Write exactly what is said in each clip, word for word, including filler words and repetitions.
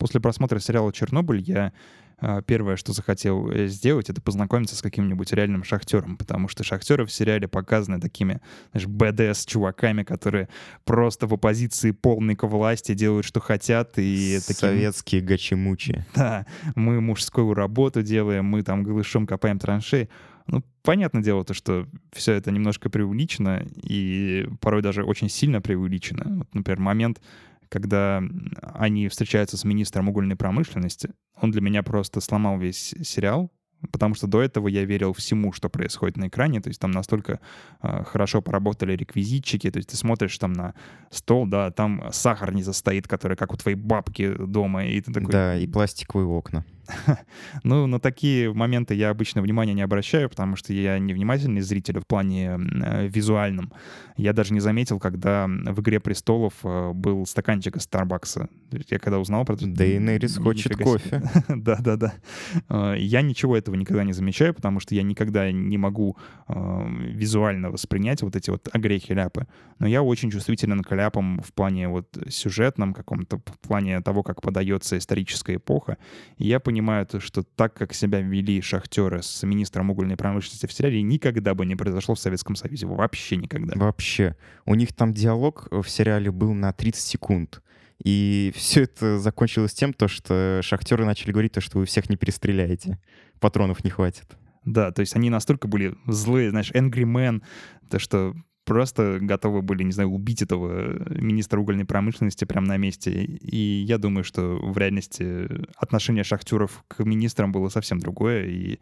После просмотра сериала «Чернобыль» я э, первое, что захотел э, сделать, это познакомиться с каким-нибудь реальным шахтером, потому что шахтеры в сериале показаны такими, знаешь, бэ дэ эс-чуваками, которые просто в оппозиции полной к власти делают, что хотят, и таким... Советские гачи-мучи. Да, мы мужскую работу делаем, мы там голышом копаем траншеи. Ну, понятное дело то, что все это немножко преувеличено, и порой даже очень сильно преувеличено. Вот, например, момент, когда они встречаются с министром угольной промышленности, он для меня просто сломал весь сериал, потому что до этого я верил всему, что происходит на экране, то есть там настолько э, хорошо поработали реквизитчики, то есть ты смотришь там на стол, да, там сахарница стоит, которая как у твоей бабки дома, и ты такой... Да, и пластиковые окна. Ну, на такие моменты я обычно внимания не обращаю, потому что я невнимательный зритель в плане э, визуальном. Я даже не заметил, когда в «Игре престолов» э, был стаканчик из Старбакса. Я когда узнал про это... Дейенерис хочет кофе. Да-да-да. Э, Я ничего этого никогда не замечаю, потому что я никогда не могу э, визуально воспринять вот эти вот огрехи ляпы. Но я очень чувствителен к ляпам в плане вот сюжетном каком-то, в плане того, как подается историческая эпоха. И я понимаю, то, что так, как себя вели шахтеры с министром угольной промышленности в сериале, никогда бы не произошло в Советском Союзе. Вообще никогда. Вообще. У них там диалог в сериале был на тридцать секунд. И все это закончилось тем, то, что шахтеры начали говорить, то, что вы всех не перестреляете. Патронов не хватит. Да, то есть они настолько были злые, знаешь, angry man, то, что просто готовы были, не знаю, убить этого министра угольной промышленности прямо на месте. И я думаю, что в реальности отношение шахтеров к министрам было совсем другое. И,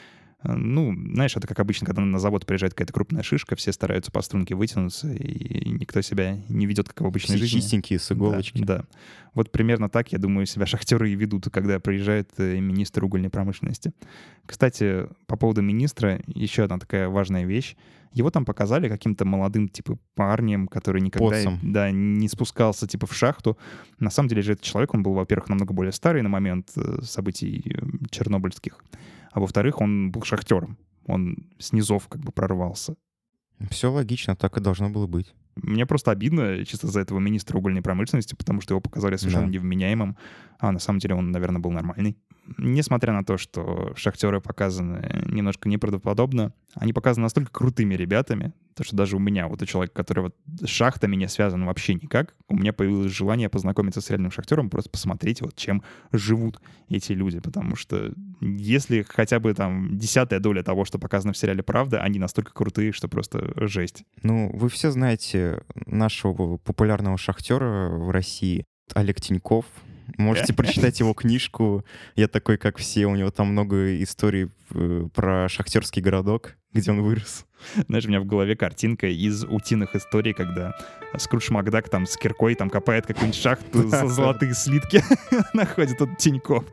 ну, знаешь, это как обычно, когда на завод приезжает какая-то крупная шишка, все стараются по струнке вытянуться, и никто себя не ведет, как в обычной Все жизни. чистенькие, с иголочки. Да, да. Вот примерно так, я думаю, себя шахтеры и ведут, когда приезжает министр угольной промышленности. Кстати, по поводу министра, еще одна такая важная вещь. Его там показали каким-то молодым, типа, парнем, который никогда да, не спускался, типа, в шахту. На самом деле же этот человек, он был, во-первых, намного более старый на момент событий чернобыльских, а во-вторых, он был шахтером. Он с низов как бы прорвался. Все логично, так и должно было быть. Мне просто обидно чисто за этого министра угольной промышленности, потому что его показали совершенно Да. невменяемым, а на самом деле он, наверное, был нормальный. Несмотря на то, что шахтеры показаны немножко неправдоподобно, они показаны настолько крутыми ребятами, то что даже у меня, вот у человека, который вот с шахтами не связан вообще никак, у меня появилось желание познакомиться с реальным шахтером, просто посмотреть, вот чем живут эти люди, потому что если хотя бы там десятая доля того, что показано в сериале, правда, они настолько крутые, что просто жесть. Ну, вы все знаете нашего популярного шахтера в России, Олег Тиньков. Можете прочитать его книжку «Я такой, как все». У него там много историй э, про шахтерский городок, где он вырос. Знаешь, у меня в голове картинка из утиных историй, когда Скрудж Макдак там с киркой там копает какую-нибудь шахту за золотые слитки, находит тут Тиньков.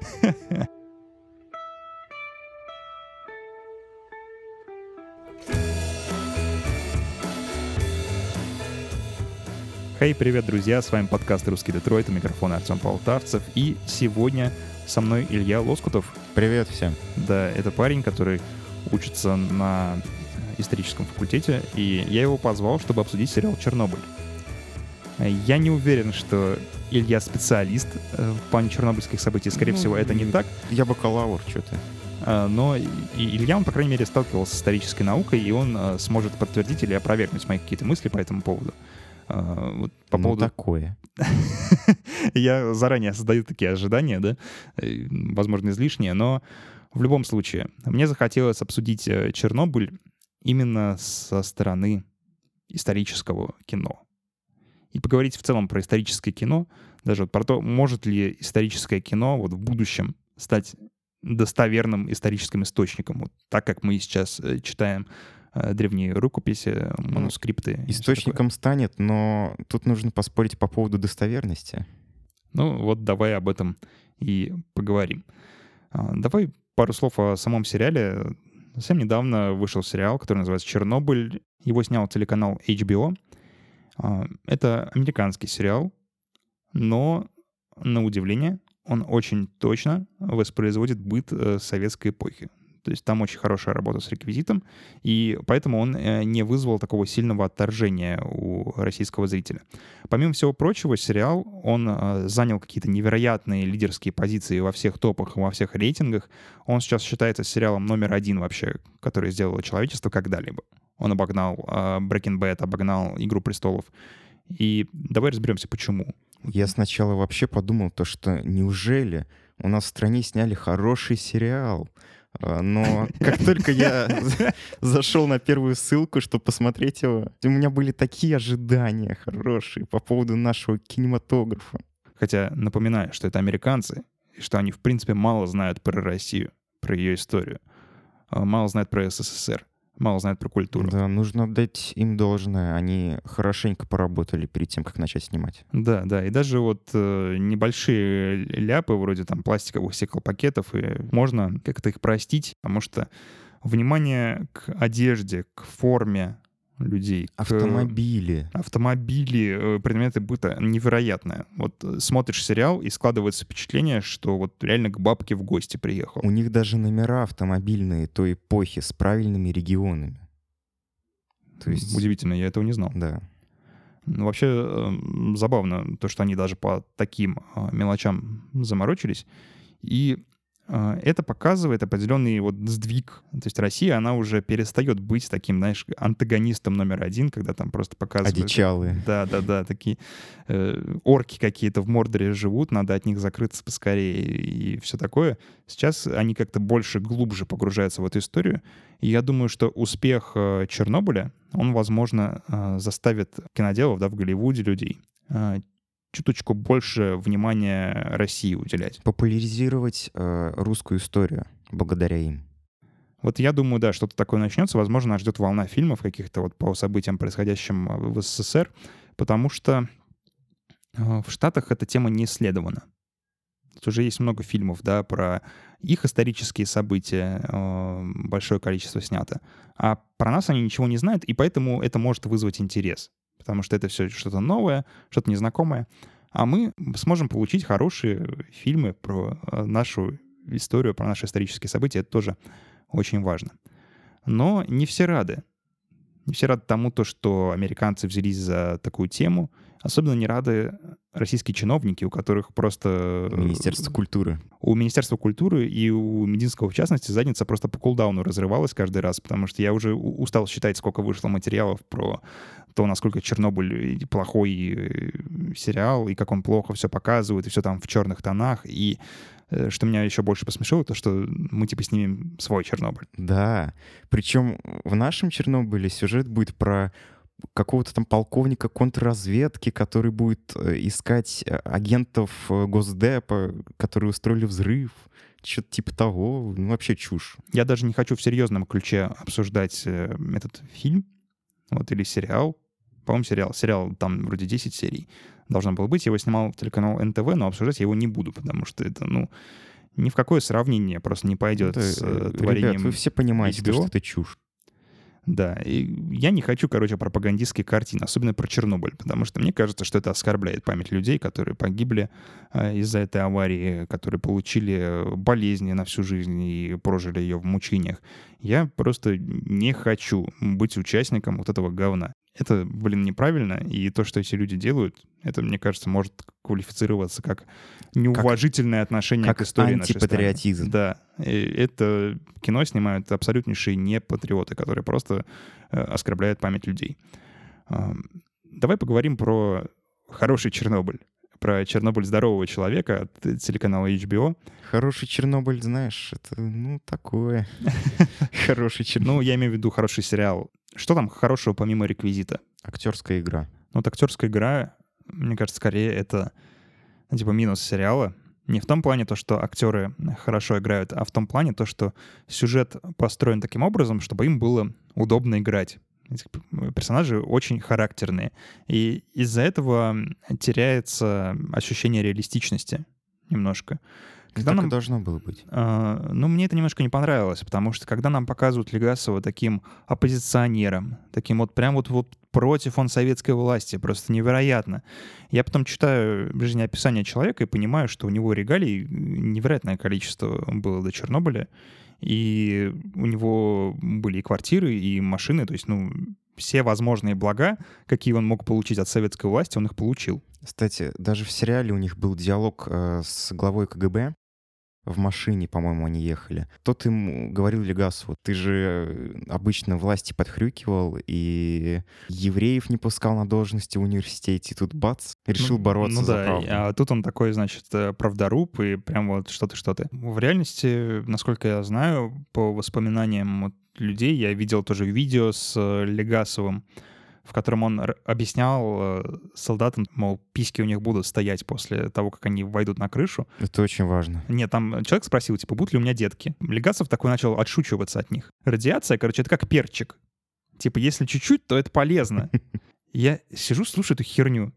Хей, hey, привет, друзья! С вами подкаст «Русский Детройт», у микрофона Артем Полтавцев. И сегодня со мной Илья Лоскутов. Привет всем. Да, это парень, который учится на историческом факультете, и я его позвал, чтобы обсудить сериал «Чернобыль». Я не уверен, что Илья специалист в плане чернобыльских событий. Скорее ну, всего, это не так. Я бакалавр, что ты. Но Илья, он, по крайней мере, сталкивался с исторической наукой, и он сможет подтвердить или опровергнуть мои какие-то мысли по этому поводу. Uh, вот по ну, поводу... такое. Я заранее создаю такие ожидания, да, возможно, излишние, но в любом случае мне захотелось обсудить Чернобыль именно со стороны исторического кино. И поговорить в целом про историческое кино, даже вот про то, может ли историческое кино вот в будущем стать достоверным историческим источником, вот так, как мы сейчас читаем древние рукописи, манускрипты. Источником станет, но тут нужно поспорить по поводу достоверности. Ну вот давай об этом и поговорим. Давай пару слов о самом сериале. Совсем недавно вышел сериал, который называется «Чернобыль». Его снял телеканал эйч би о. Это американский сериал, но, на удивление, он очень точно воспроизводит быт советской эпохи. То есть там очень хорошая работа с реквизитом, и поэтому он э, не вызвал такого сильного отторжения у российского зрителя. Помимо всего прочего, сериал, он э, занял какие-то невероятные лидерские позиции во всех топах, во всех рейтингах. Он сейчас считается сериалом номер один вообще, который сделало человечество когда-либо. Он обогнал э, Breaking Bad, обогнал «Игру престолов». И давай разберемся, почему. Я сначала вообще подумал, то, что неужели у нас в стране сняли хороший сериал? Но как только я зашел на первую ссылку, чтобы посмотреть его, у меня были такие ожидания хорошие по поводу нашего кинематографа. Хотя напоминаю, что это американцы, и что они, в принципе, мало знают про Россию, про ее историю. Мало знают про СССР, мало знают про культуру. Да, нужно отдать им должное. Они хорошенько поработали перед тем, как начать снимать. Да, да. И даже вот э, небольшие ляпы, вроде там пластиковых стеклопакетов, и можно как-то их простить, потому что внимание к одежде, к форме людей, автомобили. К, автомобили, предметы быта невероятное. Вот смотришь сериал, и складывается впечатление, что вот реально к бабке в гости приехал. У них даже номера автомобильные той эпохи с правильными регионами. То есть... Удивительно, я этого не знал. Да. Ну, вообще э, забавно то, что они даже по таким э, мелочам заморочились. И э, это показывает определенный вот сдвиг. То есть Россия, она уже перестает быть таким, знаешь, антагонистом номер один, когда там просто показывают... Одичалые. Да-да-да, такие э, орки какие-то в Мордоре живут, надо от них закрыться поскорее и все такое. Сейчас они как-то больше, глубже погружаются в эту историю. И я думаю, что успех э, Чернобыля, он, возможно, э, заставит киноделов, да, в Голливуде людей э, чуточку больше внимания России уделять. Популяризировать э, русскую историю благодаря им. Вот я думаю, да, что-то такое начнется. Возможно, нас ждет волна фильмов каких-то вот по событиям, происходящим в СССР, потому что э, в Штатах эта тема не исследована. Тут уже есть много фильмов, да, про их исторические события, э, большое количество снято. А про нас они ничего не знают, и поэтому это может вызвать интерес. Потому что это все что-то новое, что-то незнакомое. А мы сможем получить хорошие фильмы про нашу историю, про наши исторические события. Это тоже очень важно. Но не все рады. Не все рады тому, то, что американцы взялись за такую тему. Особенно не рады российские чиновники, у которых просто... Министерство культуры. У Министерства культуры и у Мединского, в частности, задница просто по кулдауну разрывалась каждый раз, потому что я уже устал считать, сколько вышло материалов про то, насколько Чернобыль плохой сериал, и как он плохо все показывает, и все там в черных тонах. И что меня еще больше посмешило, то, что мы типа снимем свой Чернобыль. Да. Причем в нашем Чернобыле сюжет будет про какого-то там полковника контрразведки, который будет искать агентов Госдепа, которые устроили взрыв. Что-то типа того. Ну, вообще чушь. Я даже не хочу в серьезном ключе обсуждать э, этот фильм, вот, или сериал. По-моему, сериал. Сериал, там вроде десять серий должно было быть. Я его снимал телеканал эн тэ вэ, но обсуждать я его не буду, потому что это, ну, ни в какое сравнение просто не пойдет это, с э, творением. Ребят, вы все понимаете, то, что это чушь. Да, и я не хочу, короче, пропагандистские картины, особенно про Чернобыль, потому что мне кажется, что это оскорбляет память людей, которые погибли э, из-за этой аварии, которые получили болезни на всю жизнь и прожили ее в мучениях. Я просто не хочу быть участником вот этого говна. Это, блин, неправильно, и то, что эти люди делают, это, мне кажется, может квалифицироваться как неуважительное как, отношение как к истории нашей страны. Антипатриотизм. Да, и это кино снимают абсолютнейшие непатриоты, которые просто э, оскорбляют память людей. Э, давай поговорим про хороший Чернобыль, про Чернобыль здорового человека от телеканала эйч би о. Хороший Чернобыль, знаешь, это, ну, такое. Хороший Чернобыль. Ну, я имею в виду хороший сериал. Что там хорошего помимо реквизита? Актерская игра. Ну, вот актерская игра, мне кажется, скорее это типа минус сериала. Не в том плане то, что актеры хорошо играют, а в том плане то, что сюжет построен таким образом, чтобы им было удобно играть. Эти персонажи очень характерные. И из-за этого теряется ощущение реалистичности немножко. Когда так нам, и должно было быть. э, ну, мне это немножко не понравилось, потому что когда нам показывают Легасова таким оппозиционером, таким вот прям вот, вот против он советской власти, просто невероятно. Я потом читаю жизнеописание человека и понимаю, что у него регалий невероятное количество было до Чернобыля, и у него были и квартиры, и машины, то есть, ну, все возможные блага, какие он мог получить от советской власти, он их получил. Кстати, даже в сериале у них был диалог э, с главой КГБ. В машине, по-моему, они ехали. Тот ему говорил Легасову: ты же обычно власти подхрюкивал и евреев не пускал на должности в университете. И тут бац, решил ну, бороться ну за да, правду. а тут он такой, значит, правдоруб и прям вот что-то, что-то. В реальности, насколько я знаю, по воспоминаниям вот людей, я видел тоже видео с Легасовым, в котором он р- объяснял э, солдатам, мол, письки у них будут стоять после того, как они войдут на крышу. Это очень важно. Нет, там человек спросил, типа, будут ли у меня детки. Легасов такой начал отшучиваться от них. Радиация, короче, это как перчик. Типа, если чуть-чуть, то это полезно. Я сижу, слушаю эту херню.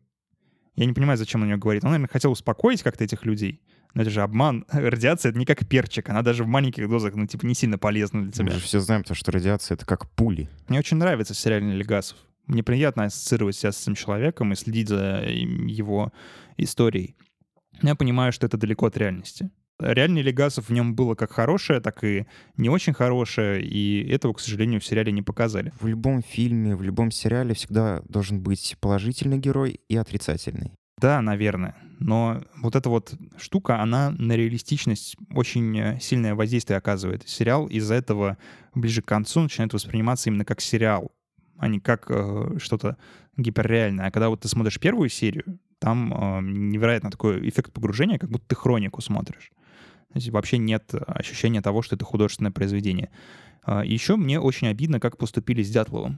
Я не понимаю, зачем он ее говорит. Он, наверное, хотел успокоить как-то этих людей. Но это же обман. Радиация — это не как перчик. Она даже в маленьких дозах, ну, типа, не сильно полезна для Мы тебя. же все знаем, то, что радиация — это как пули. Мне очень нравится сериальный Легасов. Мне приятно ассоциировать себя с этим человеком и следить за его историей. Я понимаю, что это далеко от реальности. Реальный Легасов в нем было как хорошее, так и не очень хорошее, и этого, к сожалению, в сериале не показали. В любом фильме, в любом сериале всегда должен быть положительный герой и отрицательный. Да, наверное. Но вот эта вот штука, она на реалистичность очень сильное воздействие оказывает. Сериал из-за этого ближе к концу начинает восприниматься именно как сериал, а не как э, что-то гиперреальное. А когда вот ты смотришь первую серию, там э, невероятно такой эффект погружения, как будто ты хронику смотришь. То есть вообще нет ощущения того, что это художественное произведение. А, и еще мне очень обидно, как поступили с Дятловым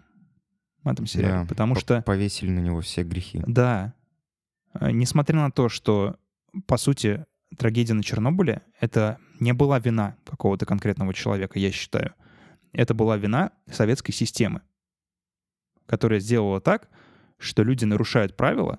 в этом сериале. Да, потому по- что... повесили на него все грехи. Да. Э, Несмотря на то, что, по сути, трагедия на Чернобыле — это не была вина какого-то конкретного человека, я считаю. Это была вина советской системы, которая сделала так, что люди нарушают правила,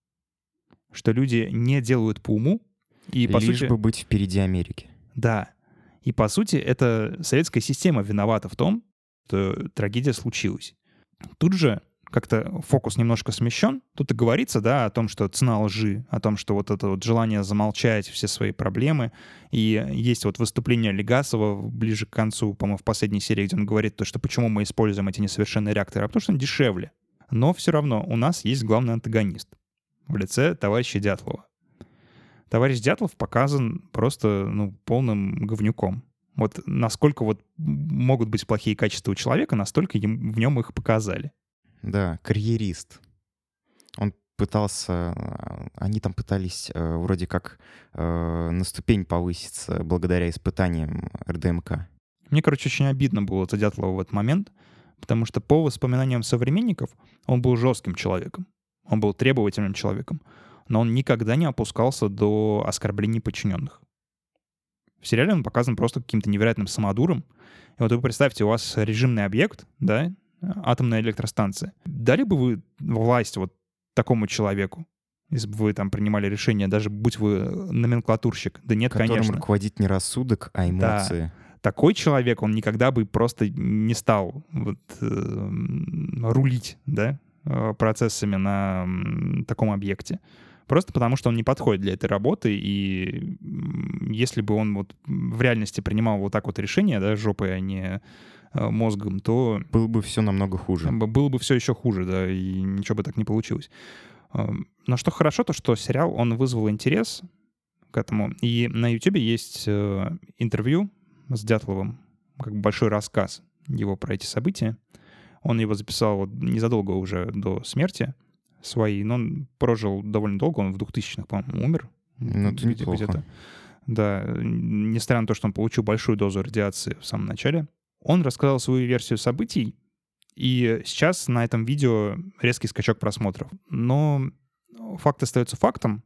что люди не делают по уму. И, по Лишь сути, бы быть впереди Америки. да. И, по сути, это советская система виновата в том, что трагедия случилась. Тут же как-то фокус немножко смещен. Тут и говорится, да, о том, что цена лжи, о том, что вот это вот желание замолчать все свои проблемы. И есть вот выступление Легасова ближе к концу, по-моему, в последней серии, где он говорит то, что почему мы используем эти несовершенные реакторы, а потому что они дешевле. Но все равно у нас есть главный антагонист в лице товарища Дятлова. Товарищ Дятлов показан просто, ну, полным говнюком. Вот насколько вот могут быть плохие качества у человека, настолько им, в нем их показали. Да, карьерист. Он пытался, они там пытались э, вроде как э, на ступень повыситься благодаря испытаниям эр дэ эм ка. Мне, короче, очень обидно было за Дятлова в этот момент, потому что по воспоминаниям современников он был жестким человеком, он был требовательным человеком, но он никогда не опускался до оскорблений подчиненных. В сериале он показан просто каким-то невероятным самодуром. И вот вы представьте, у вас режимный объект, да, атомная электростанция. Дали бы вы власть вот такому человеку, если бы вы там принимали решение, даже будь вы номенклатурщик? Да нет, Которым конечно. руководит не рассудок, а эмоции. Да. Такой человек, он никогда бы просто не стал вот, э, рулить, да, процессами на м, таком объекте. Просто потому, что он не подходит для этой работы, и если бы он вот в реальности принимал вот так вот решения, да, жопой, а не э, мозгом, то... Было бы все намного хуже. Было бы все еще хуже, да, и ничего бы так не получилось. Но что хорошо, то что сериал, он вызвал интерес к этому. И на Ютубе есть э, интервью с Дятловым, как бы большой рассказ его про эти события. Он его записал вот незадолго уже до смерти своей, но он прожил довольно долго, он в двухтысячных, по-моему, умер. Ну, это где- неплохо. где-то. Да, несмотря на то, что он получил большую дозу радиации в самом начале. Он рассказал свою версию событий, и сейчас на этом видео резкий скачок просмотров. Но факт остается фактом.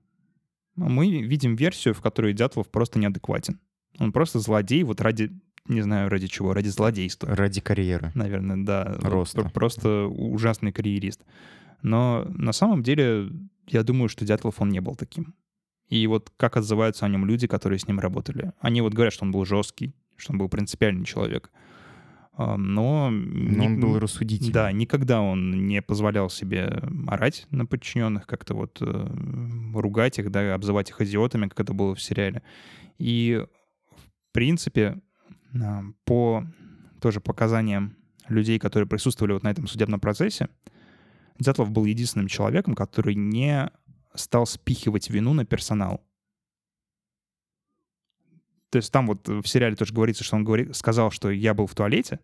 Мы видим версию, в которой Дятлов просто неадекватен. Он просто злодей вот ради, не знаю, ради чего, ради злодейства. Ради карьеры. Наверное, да. Вот Роста. про- Просто ужасный карьерист. Но на самом деле я думаю, что Дятлов, он не был таким. И вот как отзываются о нем люди, которые с ним работали. Они вот говорят, что он был жесткий, что он был принципиальный человек. Но, Но ни- он был рассудительный. Да, никогда он не позволял себе орать на подчиненных, как-то вот э, ругать их, да, обзывать их идиотами, как это было в сериале. И, в принципе, а, по тоже показаниям людей, которые присутствовали вот на этом судебном процессе, Дятлов был единственным человеком, который не стал спихивать вину на персонал. То есть там вот в сериале тоже говорится, что он говори, сказал, что я был в туалете.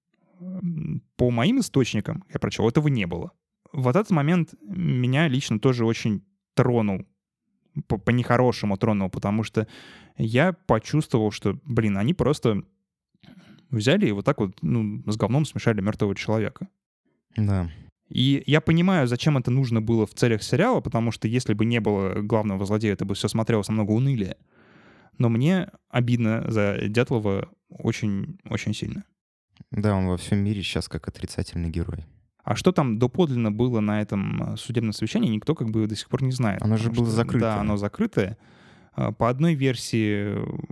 По моим источникам, я прочел, этого не было. Вот этот момент меня лично тоже очень тронул. По- По-нехорошему тронул, потому что я почувствовал, что, блин, они просто взяли и вот так вот, ну, с говном смешали мертвого человека. Да. И я понимаю, зачем это нужно было в целях сериала, потому что если бы не было главного злодея, это бы все смотрелось намного унылее. Но мне обидно за Дятлова очень-очень сильно. Да, он во всем мире сейчас как отрицательный герой. А что там доподлинно было на этом судебном совещании, никто как бы до сих пор не знает. Оно же потому было что, закрытое. Да, оно закрытое. А, По одной версии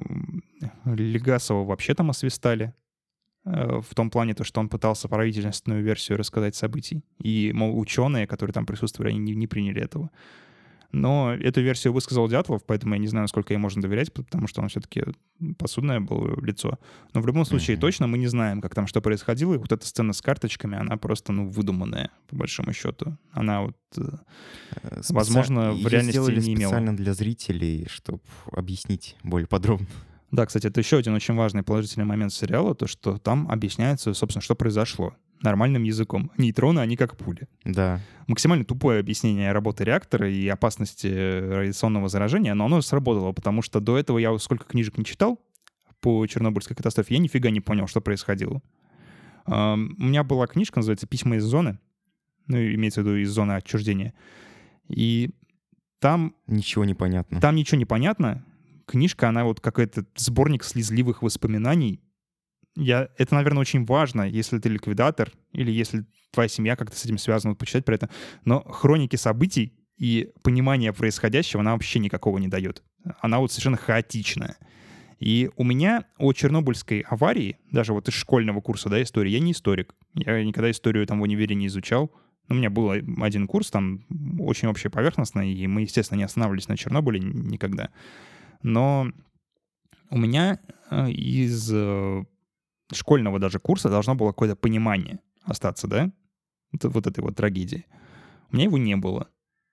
Легасова вообще там освистали. э, В том плане, то, что он пытался правительственную версию рассказать событий. И, мол, ученые, которые там присутствовали, они не, не приняли этого. Но эту версию высказал Дятлов, поэтому я не знаю, насколько ей можно доверять, потому что он все-таки подсудное было лицо. Но в любом случае Мгм. точно мы не знаем, как там что происходило. И вот эта сцена с карточками, она просто, ну, выдуманная, по большому счету. Она вот, э, Э, спеcia- возможно, в её реальности сделали не имела. специально для зрителей, чтобы объяснить более подробно. Да, кстати, это еще один очень важный положительный момент сериала, то, что там объясняется, собственно, что произошло. Нормальным языком. Нейтроны, они как пули. Да. Максимально тупое объяснение работы реактора и опасности радиационного заражения, но оно сработало, потому что до этого я сколько книжек не читал по Чернобыльской катастрофе, я нифига не понял, что происходило. Ам, У меня была книжка, называется «Письма из зоны», ну, имеется в виду из зоны отчуждения. И там, Ничего не понятно. там ничего не понятно. Книжка, она вот какой-то сборник слезливых воспоминаний. Я, это, наверное, очень важно, если ты ликвидатор или если твоя семья как-то с этим связана, вот почитать про это. Но хроники событий и понимание происходящего она вообще никакого не дает. Она вот совершенно хаотичная. И у меня о Чернобыльской аварии, даже вот из школьного курса, да, истории, я не историк. Я никогда историю там в универе не изучал. У меня был один курс, там очень общеповерхностный, и мы, естественно, не останавливались на Чернобыле никогда. Но у меня э, из э, школьного даже курса должно было какое-то понимание остаться, да, вот, вот этой вот трагедии. У меня его не было.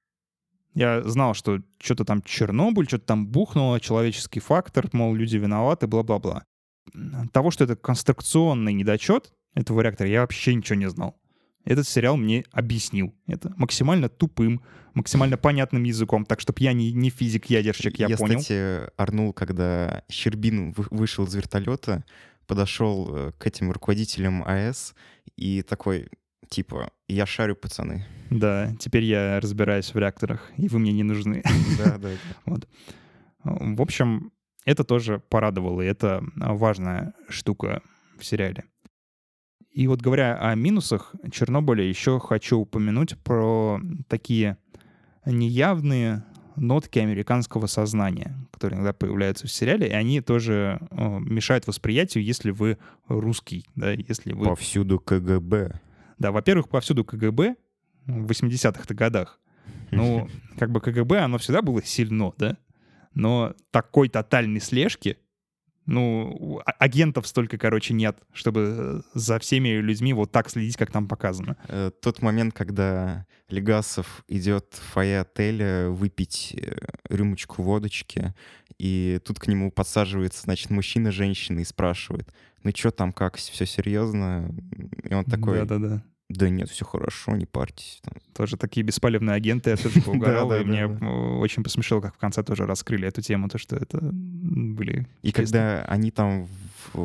Я знал, что что-то там Чернобыль, что-то там бухнуло, человеческий фактор, мол, люди виноваты, бла-бла-бла. Того, что это конструкционный недочет этого реактора, я вообще ничего не знал. Этот сериал мне объяснил это максимально тупым, максимально понятным языком, так, чтобы я не, не физик-ядерщик, я, Я, понял. кстати, орнул, когда Щербин вы- вышел из вертолета, подошел э, к этим руководителям АЭС и такой, типа, я шарю, пацаны. Да, теперь я разбираюсь в реакторах, и вы мне не нужны. Да, да. Вот. В общем, это тоже порадовало, и это важная штука в сериале. И вот говоря о минусах Чернобыля, еще хочу упомянуть про такие неявные нотки американского сознания, которые иногда появляются в сериале, и они тоже э, мешают восприятию, если вы русский, да, если вы... Повсюду КГБ. Да, во-первых, повсюду КГБ в восьмидесятых годах. Ну, как бы КГБ, оно всегда было сильно, да? Но такой тотальной слежки, ну, а- агентов столько, короче, нет, чтобы за всеми людьми вот так следить, как там показано. Э, Тот момент, когда Легасов идет в фойе отеля выпить э, рюмочку водочки, и тут к нему подсаживается, значит, мужчина, женщина и спрашивает, ну что там, как, все серьезно? И он такой, Да-да-да. да нет, все хорошо, не парьтесь. Там. Тоже такие беспалевные агенты, я тоже поугарал, Да, и да, мне да, да. э, очень посмешило, как в конце тоже раскрыли эту тему, то, что это были... И чисто- когда они там в,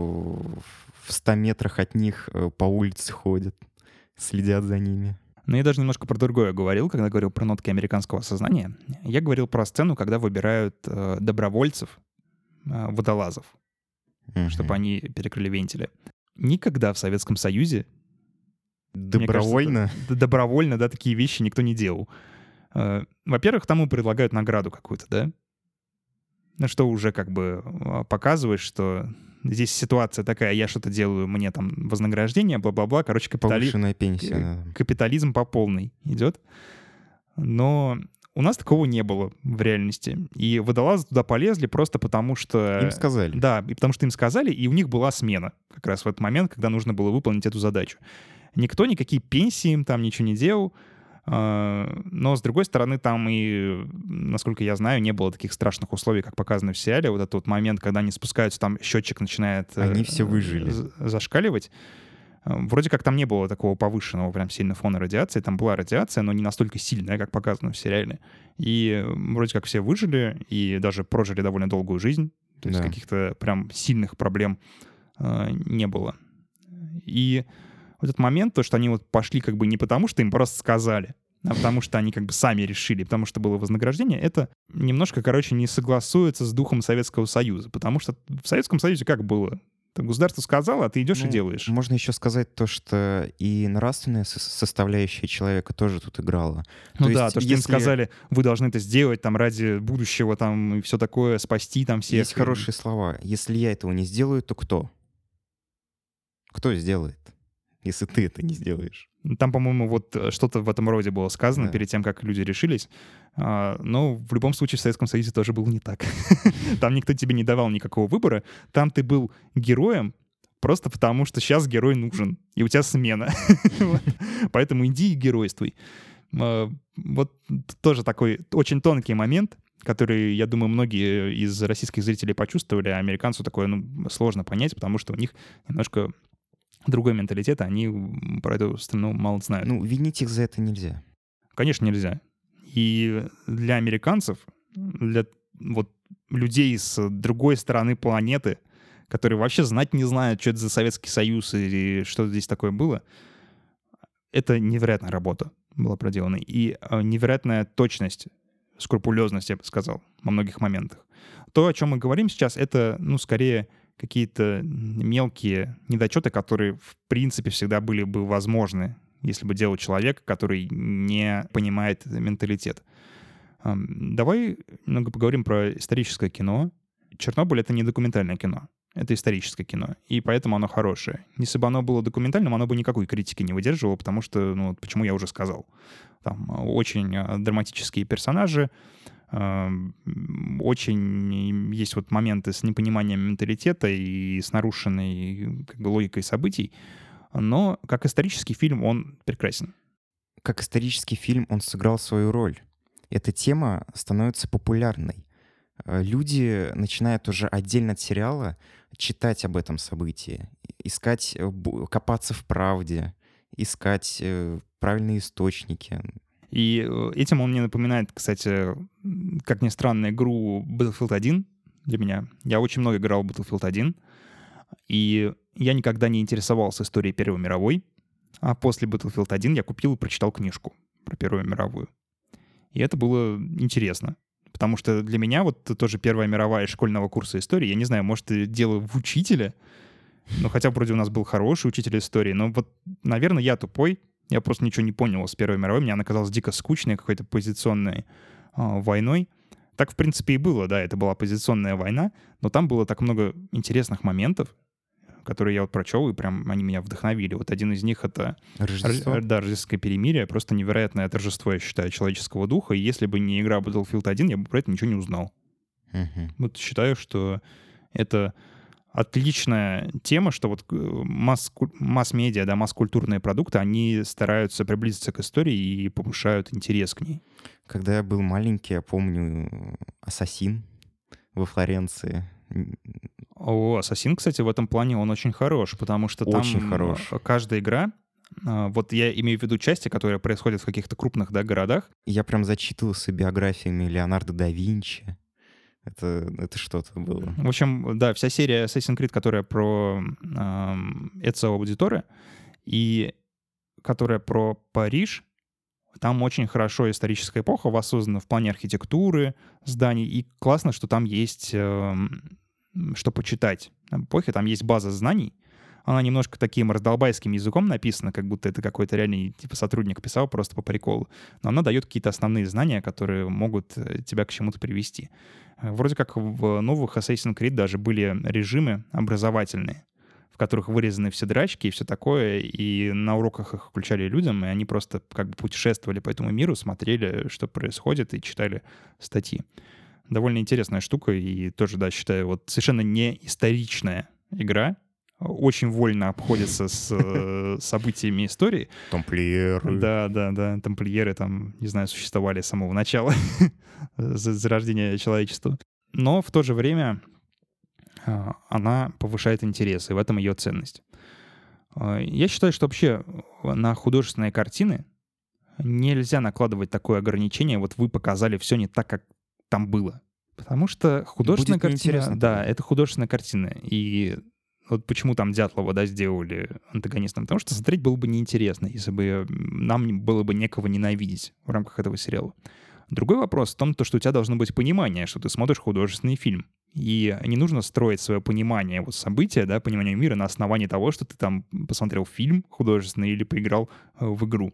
в ста метрах от них э, по улице ходят, следят за ними. Но я даже немножко про другое говорил, когда говорил про нотки американского сознания. Я говорил про сцену, когда выбирают э, добровольцев, э, водолазов, Мгм. чтобы они перекрыли вентили. Никогда в Советском Союзе мне кажется, Добровольно? д- добровольно, да, такие вещи никто не делал. Э, Во-первых, там ему предлагают награду какую-то, да? ну, что уже как бы а, показывает, что здесь ситуация такая, я что-то делаю, мне там вознаграждение, бла-бла-бла. Короче, капитали... Повышенная пенсия. Да. капитализм по полной идет. Но у нас такого не было в реальности. И водолазы туда полезли просто потому, что... Им сказали. Да, и потому что им сказали, и у них была смена как раз в этот момент, когда нужно было выполнить эту задачу. Никто никакие пенсии им там ничего не делал. Но, с другой стороны, там и, насколько я знаю, не было таких страшных условий, как показано в сериале. Вот этот вот момент, когда они спускаются, там счетчик начинает... Они все выжили. Зашкаливать. Вроде как там не было такого повышенного прям сильно фона радиации. Там была радиация, но не настолько сильная, как показано в сериале. И вроде как все выжили и даже прожили довольно долгую жизнь. То есть да. каких-то прям сильных проблем э, не было. И вот этот момент, то, что они вот пошли как бы не потому, что им просто сказали, а потому что они как бы сами решили, потому что было вознаграждение, это немножко, короче, не согласуется с духом Советского Союза. Потому что в Советском Союзе как было? Государство сказало, а ты идешь ну, и делаешь. Можно еще сказать то, что и нравственная составляющая человека тоже тут играла. Ну то да, есть, то, что если... им сказали, вы должны это сделать там ради будущего там и все такое, спасти там всех. Есть хорошие слова. Если я этого не сделаю, то кто? Кто сделает, если ты это не сделаешь? Там, по-моему, вот что-то в этом роде было сказано да. перед тем, как люди решились. Но в любом случае в Советском Союзе тоже было не так. Там никто тебе не давал никакого выбора. Там ты был героем просто потому, что сейчас герой нужен, и у тебя смена. Поэтому иди и геройствуй. Вот тоже такой очень тонкий момент, который, я думаю, многие из российских зрителей почувствовали, а американцу такое ну, сложно понять, потому что у них немножко... другой менталитет, они про эту страну мало знают. Ну, винить их за это нельзя. Конечно, нельзя. И для американцев, для вот людей с другой стороны планеты, которые вообще знать не знают, что это за Советский Союз и что здесь такое было, это невероятная работа была проделана. И невероятная точность, скрупулезность, я бы сказал, во многих моментах. То, о чем мы говорим сейчас, это, ну, скорее... какие-то мелкие недочеты, которые, в принципе, всегда были бы возможны, если бы делал человек, который не понимает менталитет. Давай немного поговорим про историческое кино. «Чернобыль» — это не документальное кино, это историческое кино, и поэтому оно хорошее. Если бы оно было документальным, оно бы никакой критики не выдерживало, потому что, ну, почему я уже сказал. Там очень драматические персонажи, очень есть вот моменты с непониманием менталитета и с нарушенной как бы, логикой событий, но как исторический фильм он прекрасен. Как исторический фильм он сыграл свою роль. Эта тема становится популярной. Люди начинают уже отдельно от сериала читать об этом событии, искать, копаться в правде, искать правильные источники. И этим он мне напоминает, кстати, как ни странно, игру Battlefield один для меня. Я очень много играл в Battlefield один, и я никогда не интересовался историей Первой мировой, а после Battlefield один я купил и прочитал книжку про Первую мировую. И это было интересно, потому что для меня вот тоже Первая мировая из школьного курса истории, я не знаю, может, дело в учителе, но хотя вроде у нас был хороший учитель истории, но вот, наверное, я тупой. Я просто ничего не понял с Первой мировой. Мне она казалась дико скучной, какой-то позиционной э, войной. Так, в принципе, и было, да, это была позиционная война, но там было так много интересных моментов, которые я вот прочел, и прям они меня вдохновили. Вот один из них — это Рождество? Р- да, рождественское перемирие, просто невероятное торжество, я считаю, человеческого духа, и если бы не игра Battlefield один, я бы про это ничего не узнал. Uh-huh. Вот считаю, что это... отличная тема, что вот масс, масс-медиа, да, масс-культурные продукты, они стараются приблизиться к истории и повышают интерес к ней. Когда я был маленький, я помню «Ассасин» во Флоренции. О, «Ассасин», кстати, в этом плане он очень хорош, потому что там очень хорош. Каждая игра, вот я имею в виду части, которые происходят в каких-то крупных, да, городах. Я прям зачитывался биографиями Леонардо да Винчи. Это, это что-то было. В общем, да, вся серия Assassin's Creed, которая про э, Эцио Аудиторе и которая про Париж, там очень хорошо историческая эпоха воссоздана в плане архитектуры зданий, и классно, что там есть э, что почитать. В эпохе там есть база знаний, Она немножко таким раздолбайским языком написана, как будто это какой-то реальный типа сотрудник писал просто по приколу. Но она дает какие-то основные знания, которые могут тебя к чему-то привести. Вроде как в новых Assassin's Creed даже были режимы образовательные, в которых вырезаны все драчки и все такое, и на уроках их включали людям, и они просто как бы путешествовали по этому миру, смотрели, что происходит, и читали статьи. Довольно интересная штука, и тоже, да, считаю, вот совершенно не историчная игра, очень вольно обходится с э, событиями истории. Тамплиеры. Да, да, да, тамплиеры там, не знаю, существовали с самого начала зарождения человечества. Но в то же время э, она повышает интерес, и в этом ее ценность. Э, я считаю, что вообще на художественные картины нельзя накладывать такое ограничение, вот вы показали все не так, как там было. Потому что художественная Будет картина... Да, это художественная картина, и... Вот почему там Дятлова, да, сделали антагонистом. Потому что смотреть было бы неинтересно, если бы нам было бы некого ненавидеть в рамках этого сериала. Другой вопрос в том, то, что у тебя должно быть понимание, что ты смотришь художественный фильм. И не нужно строить свое понимание вот события, да, понимание мира на основании того, что ты там посмотрел фильм художественный или поиграл в игру.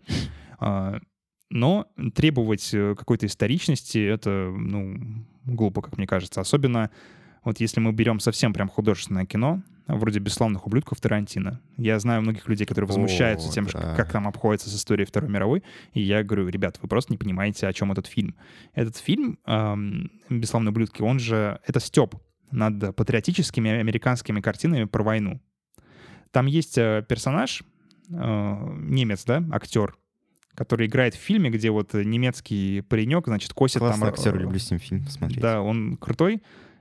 Но требовать какой-то историчности — это, ну, глупо, как мне кажется. Особенно вот если мы берем совсем прям художественное кино, вроде «Бесславных ублюдков» Тарантино. Я знаю многих людей, которые возмущаются О, тем, да. как там обходится с историей Второй мировой. И я говорю, ребят, вы просто не понимаете, о чем этот фильм. Этот фильм эм, «Бесславные ублюдки», он же... Это стёб над патриотическими американскими картинами про войну. Там есть э, персонаж, э, немец, да, актер, который играет в фильме, где вот немецкий паренек, значит, косит Классный там... актер, люблю с ним фильм смотреть. Да, он крутой.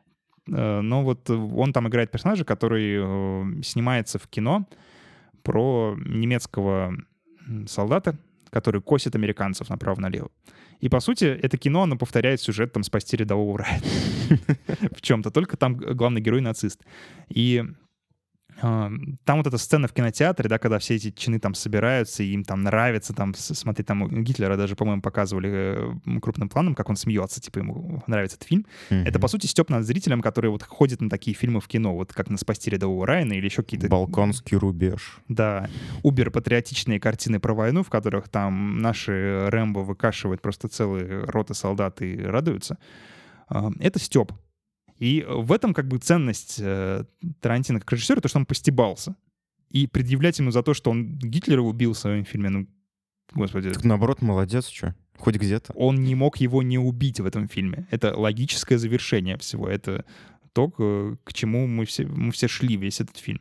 Но вот он там играет персонажа, который э, снимается в кино про немецкого солдата, который косит американцев направо-налево. И, по сути, это кино, оно повторяет сюжет там «Спасти рядового Райана» в чем-то, только там главный герой нацист. И там вот эта сцена в кинотеатре, да, когда все эти чины там собираются, и им там нравится там смотреть, там Гитлера даже, по-моему, показывали крупным планом, как он смеется, типа ему нравится этот фильм. Mm-hmm. Это, по сути, стёб над зрителем, который вот ходит на такие фильмы в кино, вот как на «Спасти рядового Райана» или еще какие-то... «Балканский рубеж». Да, убер-патриотичные картины про войну, в которых там наши Рэмбо выкашивают просто целые роты солдат и радуются. Это стёб. И в этом как бы ценность э, Тарантино как режиссера, то, что он постебался. И предъявлять ему за то, что он Гитлера убил в своем фильме, ну, господи. Так наоборот, молодец, что? Хоть где-то. Он не мог его не убить в этом фильме. Это логическое завершение всего. Это то, к, к чему мы все, мы все шли весь этот фильм.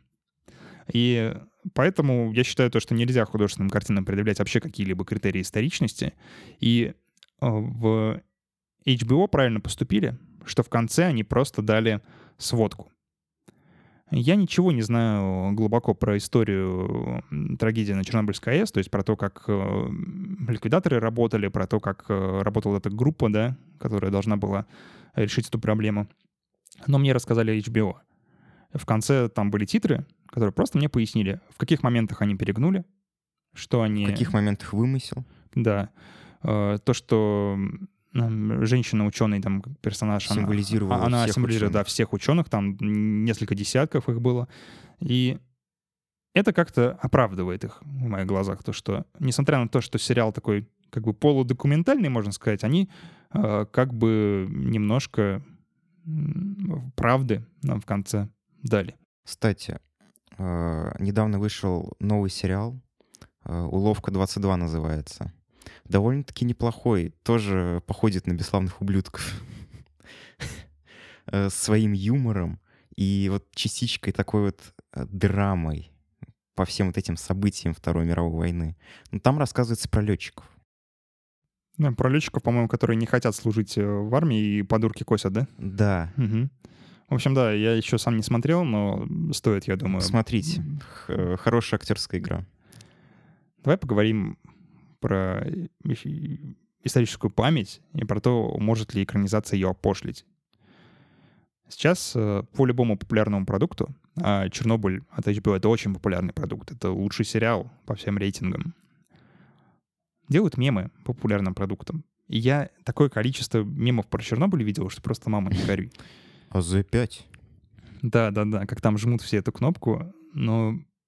И поэтому я считаю то, что нельзя художественным картинам предъявлять вообще какие-либо критерии историчности. И э, в эйч би о правильно поступили, что в конце они просто дали сводку. Я ничего не знаю глубоко про историю трагедии на Чернобыльской АЭС, то есть про то, как э, ликвидаторы работали, про то, как э, работала эта группа, да, которая должна была решить эту проблему. Но мне рассказали эйч би о. В конце там были титры, которые просто мне пояснили, в каких моментах они перегнули, что они... В каких моментах вымысел. Да. Э, то, что... женщина-ученый, там, персонаж, символизировала она, она всех символизирует, ученых. да, всех ученых, там несколько десятков их было. И это как-то оправдывает их в моих глазах, то, что, несмотря на то, что сериал такой, как бы, полудокументальный, можно сказать, они э, как бы немножко э, правды нам в конце дали. Кстати, э, недавно вышел новый сериал, э, «Уловка двадцать два» называется. Довольно-таки неплохой, тоже походит на «Бесславных ублюдков». Своим юмором и вот частичкой такой вот драмой по всем вот этим событиям Второй мировой войны. Но там рассказывается про летчиков. Да, про летчиков, по-моему, которые не хотят служить в армии и по дурке косят, да? Да. Угу. В общем, да, я еще сам не смотрел, но стоит, я думаю. Смотрите, х- хорошая актерская игра. Давай поговорим про историческую память и про то, может ли экранизация ее опошлить. Сейчас по любому популярному продукту, а «Чернобыль» от эйч би о — это очень популярный продукт, это лучший сериал по всем рейтингам, делают мемы по популярным продуктам. И я такое количество мемов про Чернобыль видел, что просто мама не горюй. А зэ пять? Да-да-да, как там жмут все эту кнопку, но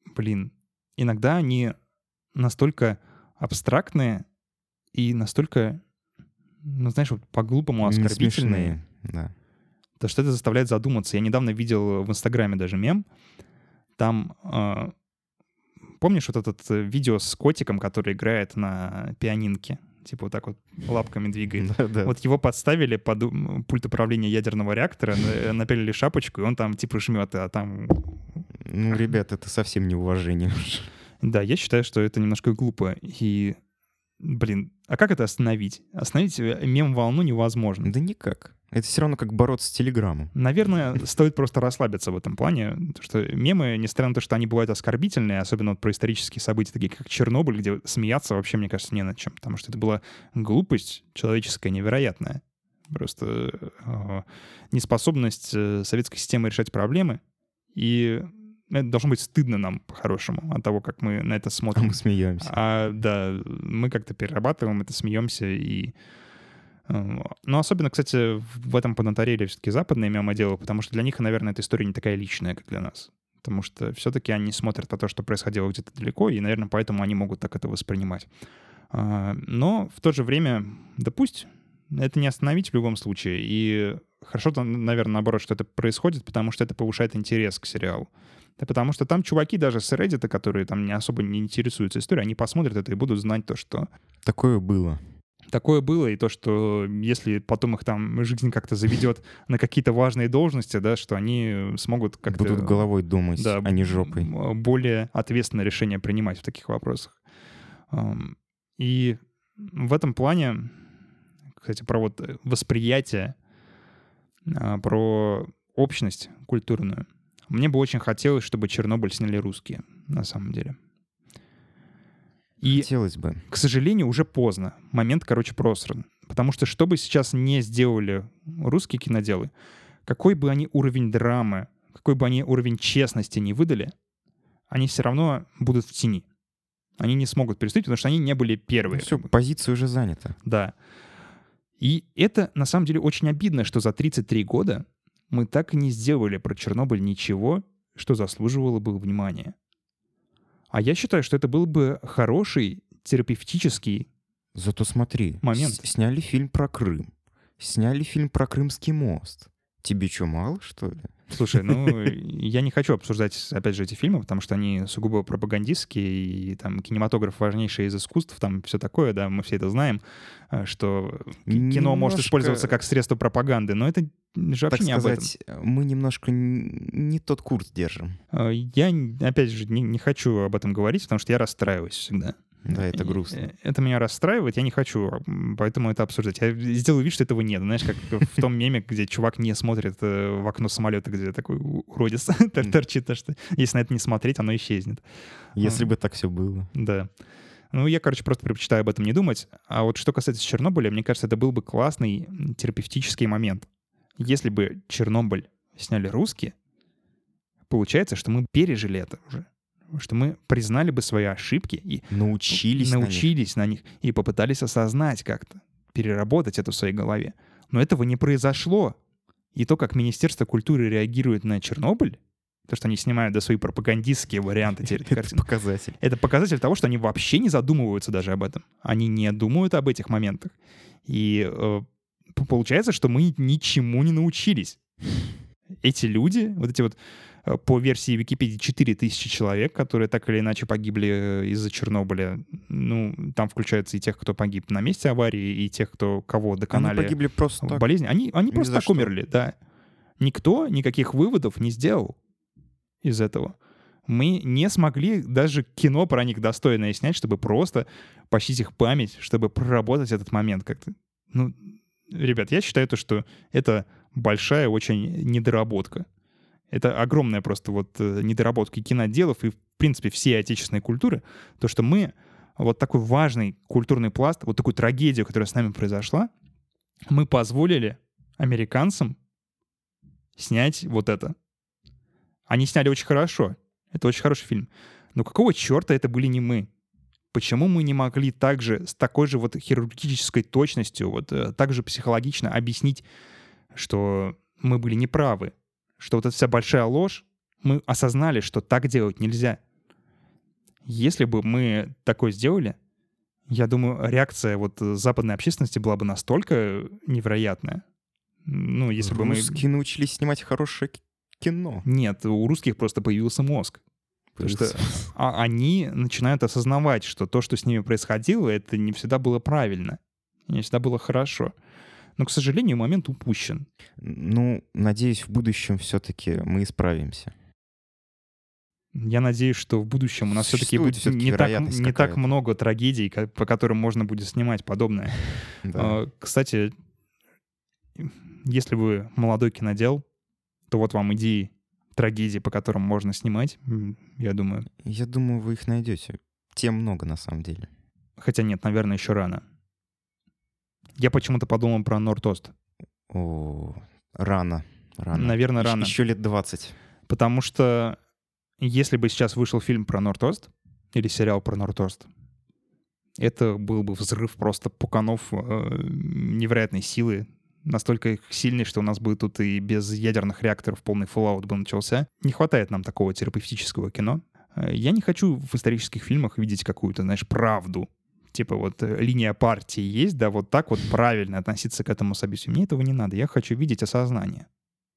блин, иногда они настолько абстрактные и настолько, ну, знаешь, вот по-глупому Не оскорбительные, смешные, да. то что это заставляет задуматься. Я недавно видел в Инстаграме даже мем. Там, э, помнишь вот это видео с котиком, который играет на пианинке? Типа вот так вот лапками двигает. Да, да. Вот его подставили под м, пульт управления ядерного реактора, на- напялили шапочку, и он там типа жмет, а там... Ну, ребят, это совсем неуважение. Да, я считаю, что это немножко глупо. И, блин, а как это остановить? Остановить э, мем-волну невозможно. Да никак. Это все равно как бороться с Телеграмом. Наверное, стоит просто расслабиться в этом плане, потому что мемы, несмотря на то, что они бывают оскорбительные, особенно вот про исторические события, такие как Чернобыль, где смеяться вообще, мне кажется, не над чем, потому что это была глупость человеческая невероятная. Просто э, неспособность э, советской системы решать проблемы, и это должно быть стыдно нам по-хорошему от того, как мы на это А смотрим. мы смеемся. А, да, мы как-то перерабатываем это, смеемся и... э, Но особенно, кстати, в этом поднаторели все-таки западные мемоделы, потому что для них, наверное, эта история не такая личная, как для нас. Потому что все-таки они смотрят на то, что происходило где-то далеко, и, наверное, поэтому они могут так это воспринимать. А, Но в то же время, да пусть, это не остановить в любом случае. И хорошо, наверное, наоборот, что это происходит, потому что это повышает интерес к сериалу. Да потому что там чуваки даже с Reddit, которые там не особо не интересуются историей, они посмотрят это и будут знать то, что Такое было. такое было, и то, что если потом их там жизнь как-то заведет на какие-то важные должности, да, что они смогут как-то... Будут головой думать, да, а не жопой. м, более ответственное решение принимать в таких вопросах. Ам, И в этом плане, кстати, про вот восприятие, а, про общность культурную, мне бы очень хотелось, чтобы Чернобыль сняли русские, на самом деле. И, Хотелось бы. к сожалению, уже поздно. Момент, короче, просран. Потому что что бы сейчас не сделали русские киноделы, какой бы они уровень драмы, какой бы они уровень честности не выдали, они все равно будут в тени. Они не смогут переступить, потому что они не были первые. Ну все, позиция уже занята. Да. И это, на самом деле, очень обидно, что за тридцать три года мы так и не сделали про Чернобыль ничего, что заслуживало бы внимания. А я считаю, что это был бы хороший терапевтический... Зато смотри, Момент. с- сняли фильм про Крым, сняли фильм про Крымский мост. Тебе что, мало, что ли? Слушай, ну, я не хочу обсуждать, опять же, эти фильмы, потому что они сугубо пропагандистские, и там кинематограф важнейший из искусств, там все такое, да, мы все это знаем, э, что ки- кино может Немножко, использоваться как средство пропаганды, но это же вообще так не об этом. сказать, мы немножко н- не тот курс держим. Э, Я, н- опять же, не, не хочу об этом говорить, потому что я расстраиваюсь всегда. Да, это И, грустно. э, Это меня расстраивает, я не хочу, м, поэтому это обсуждать. Я сделаю вид, что этого нет. Знаешь, как в том меме, где чувак не смотрит э, в окно самолета, где такой у- уродец тор- торчит, то что если на это не смотреть, оно исчезнет. Если а. бы так все было. Да. Ну, я, короче, просто предпочитаю об этом не думать. А вот что касается Чернобыля, мне кажется, это был бы классный м, терапевтический момент. Если бы Чернобыль сняли русские, получается, что мы пережили это уже. Что мы признали бы свои ошибки и Научились, на них. научились на них и попытались осознать как-то, переработать это в своей голове. Но этого не произошло. И то, как Министерство культуры реагирует на Чернобыль, то, что они снимают да, свои пропагандистские варианты теперь этой Это картины, показатель. это показатель того, что они вообще не задумываются даже об этом. Они не думают об этих моментах. И э, п- получается, что мы ничему не научились. Эти люди, вот эти вот э, по версии Википедии четыре тысячи человек, которые так или иначе погибли э, из-за Чернобыля, ну, там включается и тех, кто погиб на месте аварии, и тех, кто кого Они доконали погибли просто в так. болезни. Они, они Ни просто за так что. умерли, да. Никто никаких выводов не сделал из этого. Мы не смогли даже кино про них достойное снять, чтобы просто почтить их память, чтобы проработать этот момент как-то. Ну, ребят, я считаю то, что это большая очень недоработка. Это огромная просто вот э, недоработка и киноделов, и, в принципе, всей отечественной культуры. То, что мы вот такой важный культурный пласт, вот такую трагедию, которая с нами произошла, мы позволили американцам снять вот это. Они сняли очень хорошо. Это очень хороший фильм. Но какого черта это были не мы? Почему мы не могли также с такой же вот хирургической точностью, вот э, так же психологично объяснить, что мы были неправы, что вот эта вся большая ложь, мы осознали, что так делать нельзя. Если бы мы такое сделали, я думаю, реакция вот западной общественности была бы настолько невероятная. Ну, если бы мы... Русские научились снимать хорошее к- кино. Нет, у русских просто появился мозг. Потому что а- они начинают осознавать, что то, что с ними происходило, это не всегда было правильно, не всегда было хорошо. Но, к сожалению, момент упущен. Ну, надеюсь, в будущем все-таки мы исправимся. Я надеюсь, что в будущем у нас все-таки Существует будет всё-таки не, так, вероятность не так какая-то. много трагедий, ко- по которым можно будет снимать подобное. Да. А, Кстати, если вы молодой кинодел, то вот вам идеи трагедий, по которым можно снимать, м, я думаю. Я думаю, вы их найдете. Тем много, на самом деле. Хотя нет, наверное, еще рано. Я почему-то подумал про Норд-Ост. О, рано. Рано. Наверное, Ещё- рано. Еще лет двадцать. Потому что если бы сейчас вышел фильм про Норд-Ост или сериал про Норд-Ост, это был бы взрыв просто пуканов э, невероятной силы, настолько сильный, что у нас бы тут и без ядерных реакторов полный фоллаут бы начался. Не хватает нам такого терапевтического кино. Э, Я не хочу в исторических фильмах видеть какую-то, знаешь, правду. Типа вот э, линия партии есть, да, вот так вот правильно относиться к этому событию. Мне этого не надо. Я хочу видеть осознание.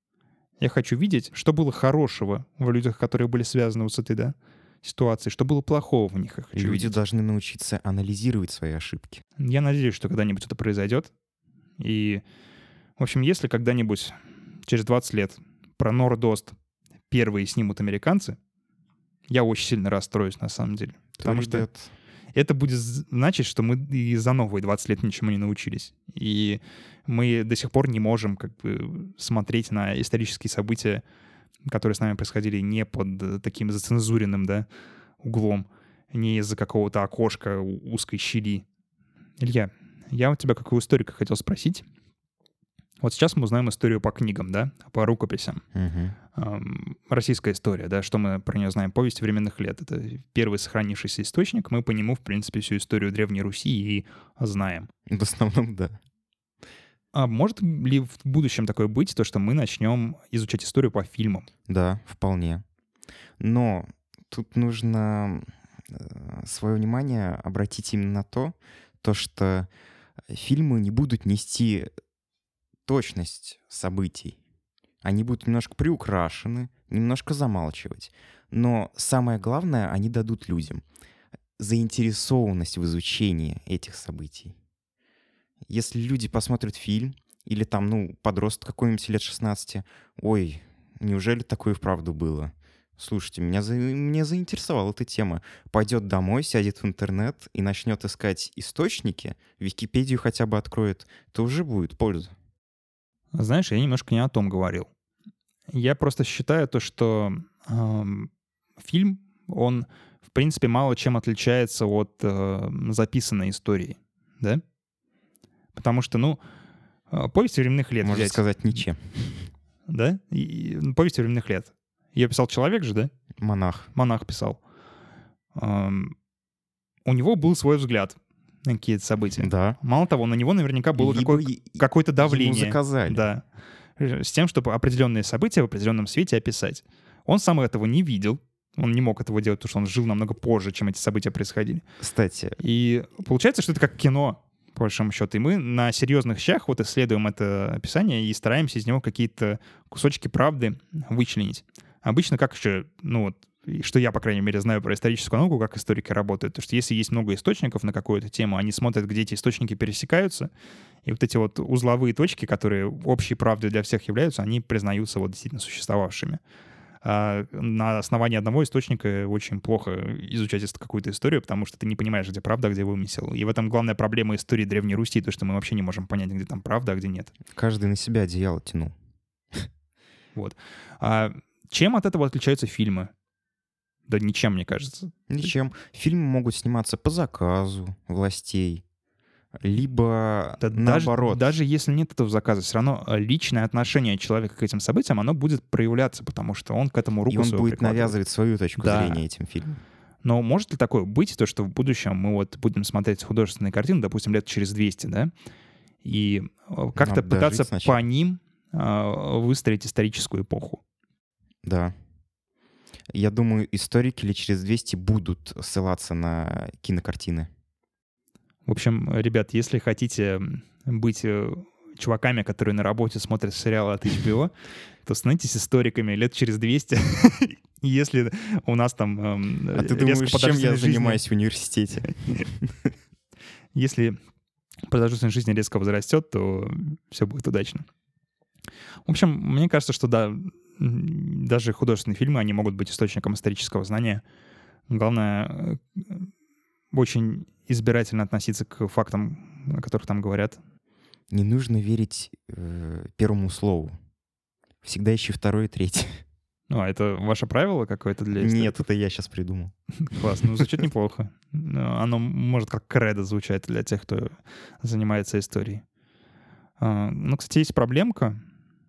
Я хочу видеть, что было хорошего в людях, которые были связаны вот с этой, да, ситуацией, что было плохого в них. Я хочу Люди видеть. должны научиться анализировать свои ошибки. Я надеюсь, что когда-нибудь это произойдет. И, в общем, если когда-нибудь через двадцать лет про Норд-Ост первые снимут американцы, я очень сильно расстроюсь на самом деле. Потому То, что ребят, это будет значить, что мы и за новые двадцать лет ничему не научились. И мы до сих пор не можем как бы смотреть на исторические события, которые с нами происходили не под э, таким зацензуренным, да, углом, не из-за какого-то окошка у- узкой щели. Илья, я у тебя как у историка хотел спросить. Вот сейчас мы узнаем историю по книгам, да, по рукописям. мгм. Ам, Российская история, да, что мы про нее знаем? Повесть временных лет. Это первый сохранившийся источник. Мы по нему, в принципе, всю историю Древней Руси и знаем. В основном, да. А может ли в будущем такое быть, то, что мы начнем изучать историю по фильмам? Да, вполне. Но тут нужно свое внимание обратить именно на то, то, что фильмы не будут нести точность событий. Они будут немножко приукрашены, немножко замалчивать. Но самое главное, они дадут людям заинтересованность в изучении этих событий. Если люди посмотрят фильм, или там, ну, подросток какой-нибудь лет шестнадцати, ой, неужели такое и вправду было? Слушайте, меня за... меня заинтересовала эта тема. Пойдет домой, сядет в интернет и начнет искать источники, Википедию хотя бы откроет, то уже будет польза. Знаешь, я немножко не о том говорил. Я просто считаю то, что эм, фильм, он, в принципе, мало чем отличается от э, записанной истории, да? Потому что, ну, э, повесть временных лет Можно взять, сказать, ничем. да? И, и, ну, повесть временных лет. Ее писал человек же, да? Монах. Монах писал. Эм, у него был свой взгляд на какие-то события. Да. Мало того, на него наверняка было Либо какое- и- какое-то Ему давление. заказали. Да. С тем, чтобы определенные события в определенном свете описать. Он сам этого не видел. Он не мог этого делать, потому что он жил намного позже, чем эти события происходили. Кстати, И получается, что это как кино, по большому счету. И мы на серьезных щах вот исследуем это описание и стараемся из него какие-то кусочки правды вычленить. Обычно как еще, ну вот, и что я, по крайней мере, знаю про историческую науку, как историки работают, то что если есть много источников на какую-то тему, они смотрят, где эти источники пересекаются, и вот эти вот узловые точки, которые общей правдой для всех являются, они признаются вот действительно существовавшими. А на основании одного источника очень плохо изучать ис- какую-то историю, потому что ты не понимаешь, где правда, а где вымысел. И в этом главная проблема истории Древней Руси, то, что мы вообще не можем понять, где там правда, а где нет. каждый на себя одеяло тянул. Вот. А чем от этого отличаются фильмы? Да ничем, мне кажется. Ничем. Фильмы могут сниматься по заказу властей, либо Да даже, наоборот. даже если нет этого заказа, все равно э, личное отношение человека к этим событиям, оно будет проявляться, потому что он к этому руку И он свою будет прикладывает. навязывать свою точку Да. зрения этим фильмом. Но может ли такое быть, то, что в будущем мы вот будем смотреть художественные картины, допустим, лет через двести, да, и э, как-то Надо пытаться дожить сначала. по ним э, выстроить историческую эпоху? Да. Я думаю, историки лет через двести будут ссылаться на кинокартины. В общем, ребят, если хотите быть э, чуваками, которые на работе смотрят сериалы от эйч би о, то становитесь историками лет через двести. Если у нас там эм, А ты резко думаешь, чем я продолжительность жизни- занимаюсь в университете? Если продолжительность жизни резко возрастет, то все будет удачно. В общем, мне кажется, что да, м, даже художественные фильмы, они могут быть источником исторического знания. Главное, э, очень избирательно относиться к фактам, о которых там говорят. Не нужно верить э, первому слову. Всегда ищи второе и третье. Ну, а это ваше правило какое-то для Нет, историков? это я сейчас придумал. Класс, ну звучит неплохо. Но оно может как кредо звучать для тех, кто занимается историей. А, Ну, кстати, есть проблемка.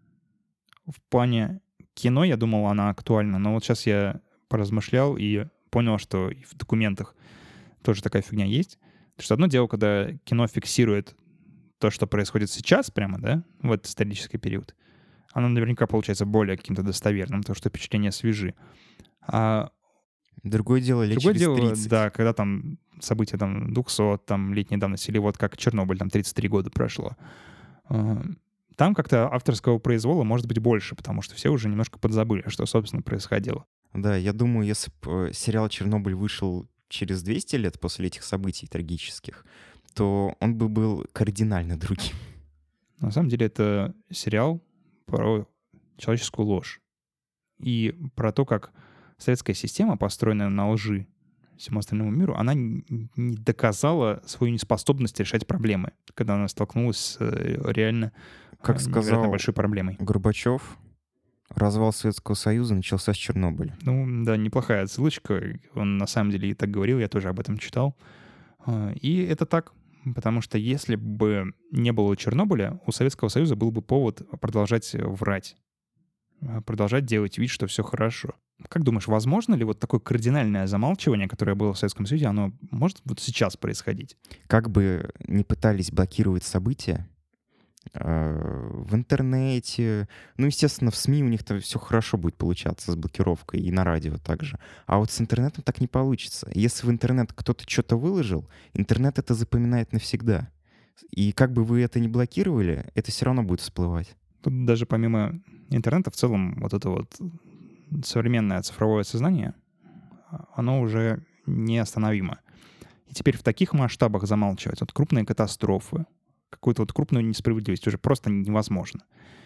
В плане кино, я думал, она актуальна, но вот сейчас я поразмышлял и понял, что и в документах тоже такая фигня есть. Потому что одно дело, когда кино фиксирует то, что происходит сейчас прямо, да, в этот исторический период, оно наверняка получается более каким-то достоверным, потому что впечатления свежи. А Другое дело лет другое через дело, тридцать. да, когда там события там двухсот, там летней давности, или вот как Чернобыль, там тридцать три года прошло. А, Там как-то авторского произвола может быть больше, потому что все уже немножко подзабыли, что, собственно, происходило. Да, я думаю, если бы сериал «Чернобыль» вышел через двести лет после этих событий трагических, то он бы был кардинально другим. На самом деле это сериал про человеческую ложь и про то, как советская система, построенная на лжи всему остальному миру, она н- не доказала свою неспособность решать проблемы, когда она столкнулась с э, реально Как э, невероятно сказал большой проблемой. Горбачев, развал Советского Союза начался с Чернобыля. Ну, да, неплохая отсылочка. Он на самом деле и так говорил, я тоже об этом читал. А, И это так, потому что если бы не было Чернобыля, у Советского Союза был бы повод продолжать врать, а, продолжать делать вид, что все хорошо. Как думаешь, возможно ли вот такое кардинальное замалчивание, которое было в Советском Союзе, оно может вот сейчас происходить? Как бы ни пытались блокировать события, э, в интернете, ну, естественно, в СМИ у них-то все хорошо будет получаться с блокировкой, и на радио также. А вот с интернетом так не получится. Если в интернет кто-то что-то выложил, интернет это запоминает навсегда. И как бы вы это ни блокировали, это все равно будет всплывать. Тут даже помимо интернета в целом вот это вот современное цифровое сознание, а, оно уже неостановимо. И теперь в таких масштабах замалчивать вот крупные катастрофы, какую-то вот крупную несправедливость уже просто невозможно.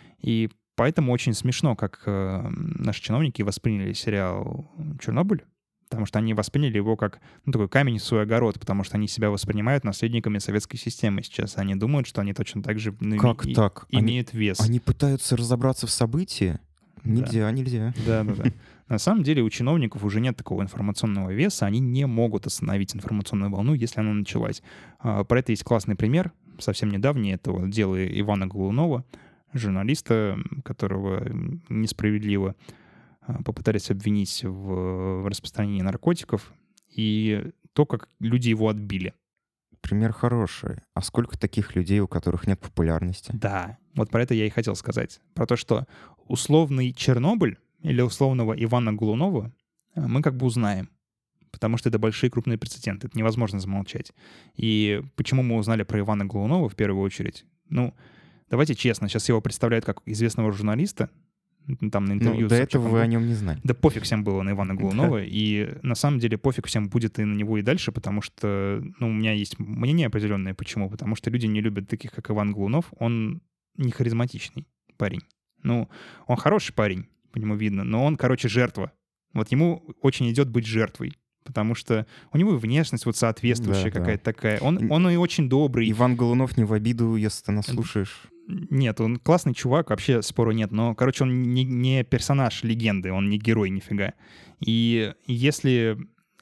И поэтому очень смешно, как э, наши чиновники восприняли сериал «Чернобыль», потому что они восприняли его как ну, такой камень в свой огород, потому что они себя воспринимают наследниками советской системы сейчас. Они думают, что они точно так же ну, Как и- так? Они- имеют вес. Они пытаются разобраться в событии? Нельзя, нельзя. Да-да-да. На самом деле у чиновников уже нет такого информационного веса, они не могут остановить информационную волну, если она началась. А, Про это есть классный пример, совсем недавний, это вот дело Ивана Голунова, журналиста, которого несправедливо а, попытались обвинить в в распространении наркотиков, и то, как люди его отбили. Пример хороший. А сколько таких людей, у которых нет популярности? Да, вот про это я и хотел сказать. Про то, что условный Чернобыль или условного Ивана Голунова э, мы как бы узнаем. Потому что это большие крупные прецеденты. Это невозможно замолчать. И почему мы узнали про Ивана Голунова в первую очередь? Ну, давайте честно, сейчас его представляют как известного журналиста, м, там на интервью Ну, с до Собчаком этого вы был. о нем не знали. Да пофиг всем было на Ивана Голунова, и на самом деле пофиг всем будет и на него и дальше, потому что, ну, у меня есть мнение определенное, почему. Потому что люди не любят таких, как Иван Голунов, он не харизматичный парень. Ну, он хороший парень, по нему видно, но он, короче, жертва. Вот ему очень идет быть жертвой, потому что у него и внешность вот соответствующая Да, да. какая-то такая. Он, он и очень добрый. Иван Голунов не в обиду, если ты нас слушаешь. Нет, он классный чувак, вообще спору нет, но, короче, он не, не персонаж легенды, он не герой нифига. И если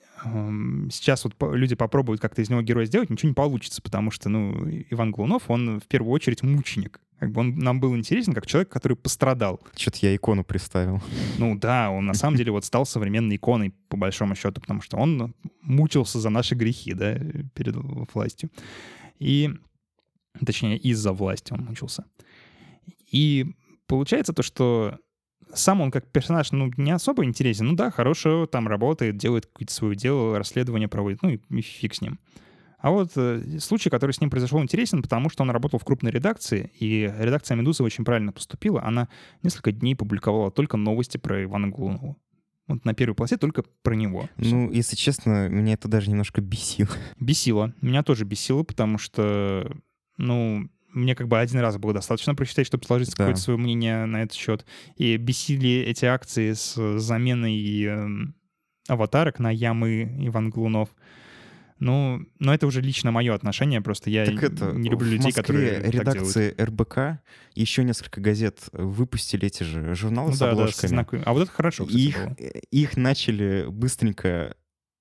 эм, сейчас вот по- люди попробуют как-то из него героя сделать, ничего не получится, потому что, ну, Иван Голунов, он в первую очередь мученик. Как бы он нам был интересен как человек, который пострадал. Что-то я икону представил. Ну да, он на самом деле вот стал современной иконой, по большому счету, потому что он мучился за наши грехи, да, перед властью. И, точнее, из-за власти он мучился. И получается то, что сам он как персонаж, ну, не особо интересен. Ну да, хорошо, там работает, делает какое-то свое дело, расследование проводит, ну и, и фиг с ним. А вот э, случай, который с ним произошел, интересен, потому что он работал в крупной редакции, и редакция «Медузы» очень правильно поступила. Она несколько дней публиковала только новости про Ивана Голунова. Вот на первой полосе только про него. Ну, Все. Если честно, меня это даже немножко бесило. Бесило. Меня тоже бесило, потому что, ну, мне как бы один раз было достаточно прочитать, чтобы сложить да. какое-то свое мнение на этот счет. И бесили эти акции с заменой э, аватарок на ямы Иван Голунов. Ну, но это уже лично мое отношение, просто я так это, не люблю людей, Москве которые редакции так делают. эр бэ ка еще несколько газет выпустили эти же журналы ну, с да, обложками. Да, знак... А вот это хорошо, кстати, их, было. Их начали быстренько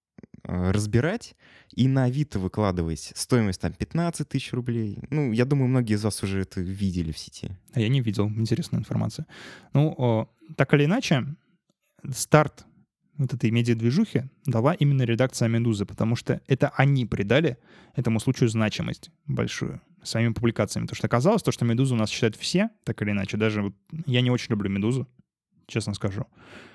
разбирать и на Авито выкладывать. Стоимость там пятнадцать тысяч рублей. Ну, я думаю, многие из вас уже это видели в сети. А я не видел. Интересная информация. Ну, о, так или иначе, старт вот этой медиа-движухи дала именно редакция «Медузы», потому что это они придали этому случаю значимость большую своими публикациями. Потому что оказалось, то, что «Медузу» у нас читают все, так или иначе. Даже вот я не очень люблю «Медузу», честно скажу.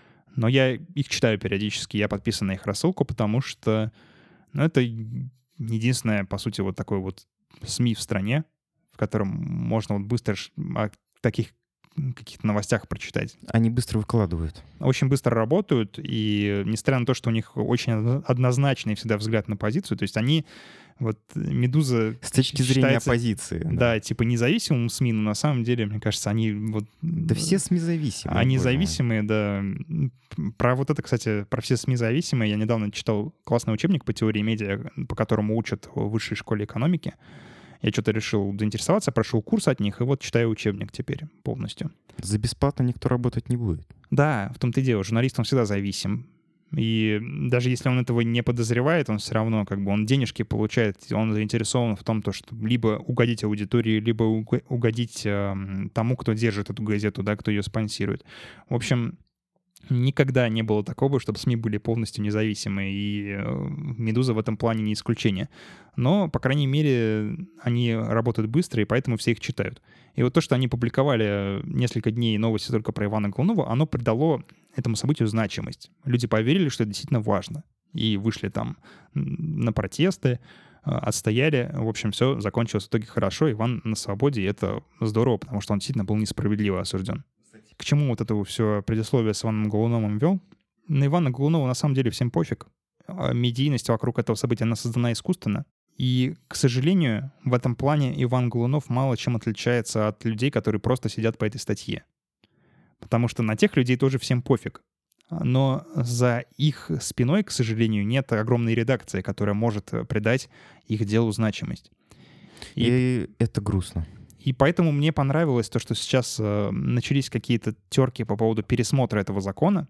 Но я их читаю периодически, я подписан на их рассылку, потому что ну, это единственное, по сути, вот такой вот СМИ в стране, в котором можно вот быстро о таких каких-то новостях прочитать. Они быстро выкладывают. Очень быстро работают, и несмотря на то, что у них очень однозначный всегда взгляд на позицию, то есть они, вот «Медуза» с точки зрения оппозиции. Да, да, типа независимым СМИ, но на самом деле, мне кажется, они вот... Да все СМИ зависимые. Они зависимые, да. Про вот это, кстати, про все СМИ зависимые, я недавно читал классный учебник по теории медиа, по которому учат в высшей школе экономики. Я что-то решил заинтересоваться, прошел курс от них, и вот читаю учебник теперь полностью. За бесплатно никто работать не будет. Да, в том-то и дело. Журналист, он всегда зависим. И даже если он этого не подозревает, он все равно как бы он денежки получает, он заинтересован в том, то, что либо угодить аудитории, либо угодить э, тому, кто держит эту газету, да, кто ее спонсирует. В общем, никогда не было такого, чтобы СМИ были полностью независимы, и «Медуза» в этом плане не исключение. Но, по крайней мере, они работают быстро, и поэтому все их читают. И вот то, что они публиковали несколько дней новости только про Ивана Голунова, оно придало этому событию значимость. Люди поверили, что это действительно важно. И вышли там на протесты, отстояли. В общем, все закончилось в итоге хорошо. Иван на свободе, и это здорово, потому что он действительно был несправедливо осужден. К чему вот это все предисловие с Иваном Голуновым вел? На Ивана Голунова на самом деле всем пофиг. Медийность вокруг этого события, она создана искусственно. И, к сожалению, в этом плане Иван Голунов мало чем отличается от людей, которые просто сидят по этой статье. Потому что на тех людей тоже всем пофиг. Но за их спиной, к сожалению, нет огромной редакции, которая может придать их делу значимость. И, и это грустно. И поэтому мне понравилось то, что сейчас э, начались какие-то терки по поводу пересмотра этого закона.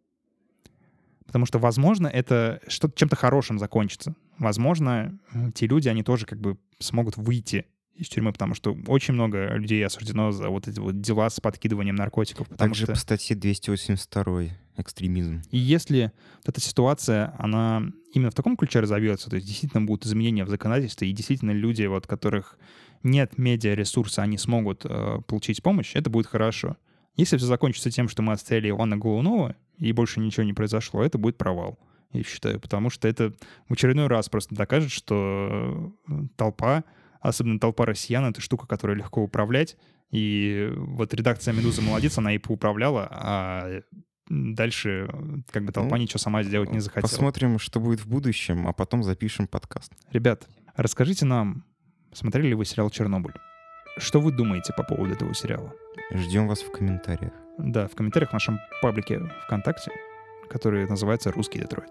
Потому что, возможно, это что-то чем-то хорошим закончится. Возможно, те люди, они тоже как бы смогут выйти из тюрьмы, потому что очень много людей осуждено за вот эти вот дела с подкидыванием наркотиков. Также что... по статье двести восемьдесят два экстремизм. И если вот эта ситуация, она именно в таком ключе разовьется, то есть действительно будут изменения в законодательстве, и действительно люди, вот, которых нет медиаресурса, они смогут э, получить помощь, это будет хорошо. Если все закончится тем, что мы отстояли Ивана Голунова, и больше ничего не произошло, это будет провал, я считаю, потому что это в очередной раз просто докажет, что толпа, особенно толпа россиян, это штука, которую легко управлять, и вот редакция «Медузы» молодец, она и поуправляла, а дальше как бы толпа ну, ничего сама сделать не захотела. Посмотрим, что будет в будущем, а потом запишем подкаст. Ребят, расскажите нам, смотрели ли вы сериал «Чернобыль»? Что вы думаете по поводу этого сериала? Ждем вас в комментариях. Да, в комментариях в нашем паблике ВКонтакте, который называется «Русский Детройт».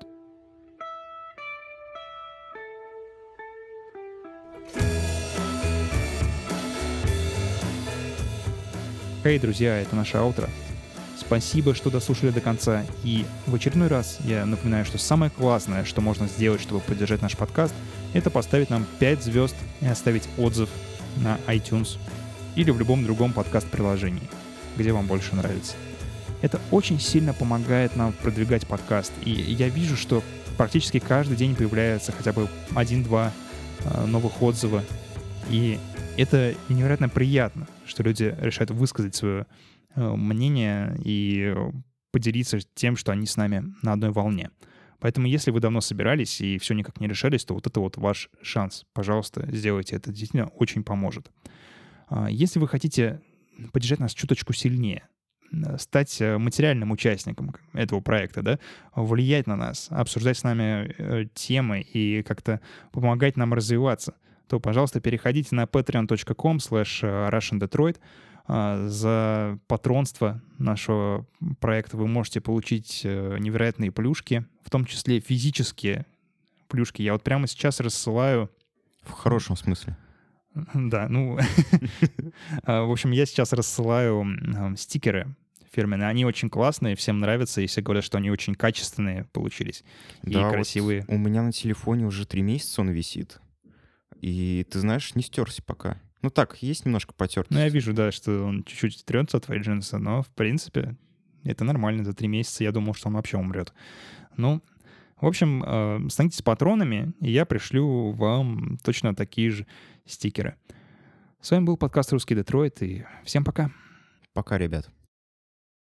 Эй, друзья, это наше аутро. Спасибо, что дослушали до конца. И в очередной раз я напоминаю, что самое классное, что можно сделать, чтобы поддержать наш подкаст, это поставить нам пять звезд и оставить отзыв на iTunes или в любом другом подкаст-приложении, где вам больше нравится. Это очень сильно помогает нам продвигать подкаст. И я вижу, что практически каждый день появляется хотя бы один-два э, новых отзыва. И это невероятно приятно, что люди решают высказать свое мнение и поделиться тем, что они с нами на одной волне. Поэтому если вы давно собирались и все никак не решались, то вот это вот ваш шанс. Пожалуйста, сделайте это. Действительно очень поможет. Если вы хотите поддержать нас чуточку сильнее, стать материальным участником этого проекта, да, влиять на нас, обсуждать с нами э, темы и как-то помогать нам развиваться, то, пожалуйста, переходите на patreon точка com слэш russian detroit. За патронство нашего проекта вы можете получить невероятные плюшки, в том числе физические плюшки. Я вот прямо сейчас рассылаю... В хорошем смысле. Да, ну... В общем, я сейчас рассылаю стикеры фирменные. Они очень классные, всем нравятся, и все говорят, что они очень качественные получились и да, красивые. Вот у меня на телефоне уже три месяца он висит. И, ты знаешь, не стерся пока. Ну так, есть немножко потертость. Ну, я вижу, да, что он чуть-чуть трется от твоей джинсы, но, в принципе, это нормально. За три месяца я думал, что он вообще умрет. Ну, в общем, э, станьтесь патронами, и я пришлю вам точно такие же стикеры. С вами был подкаст «Русский Детройт», и всем пока. Пока, ребят.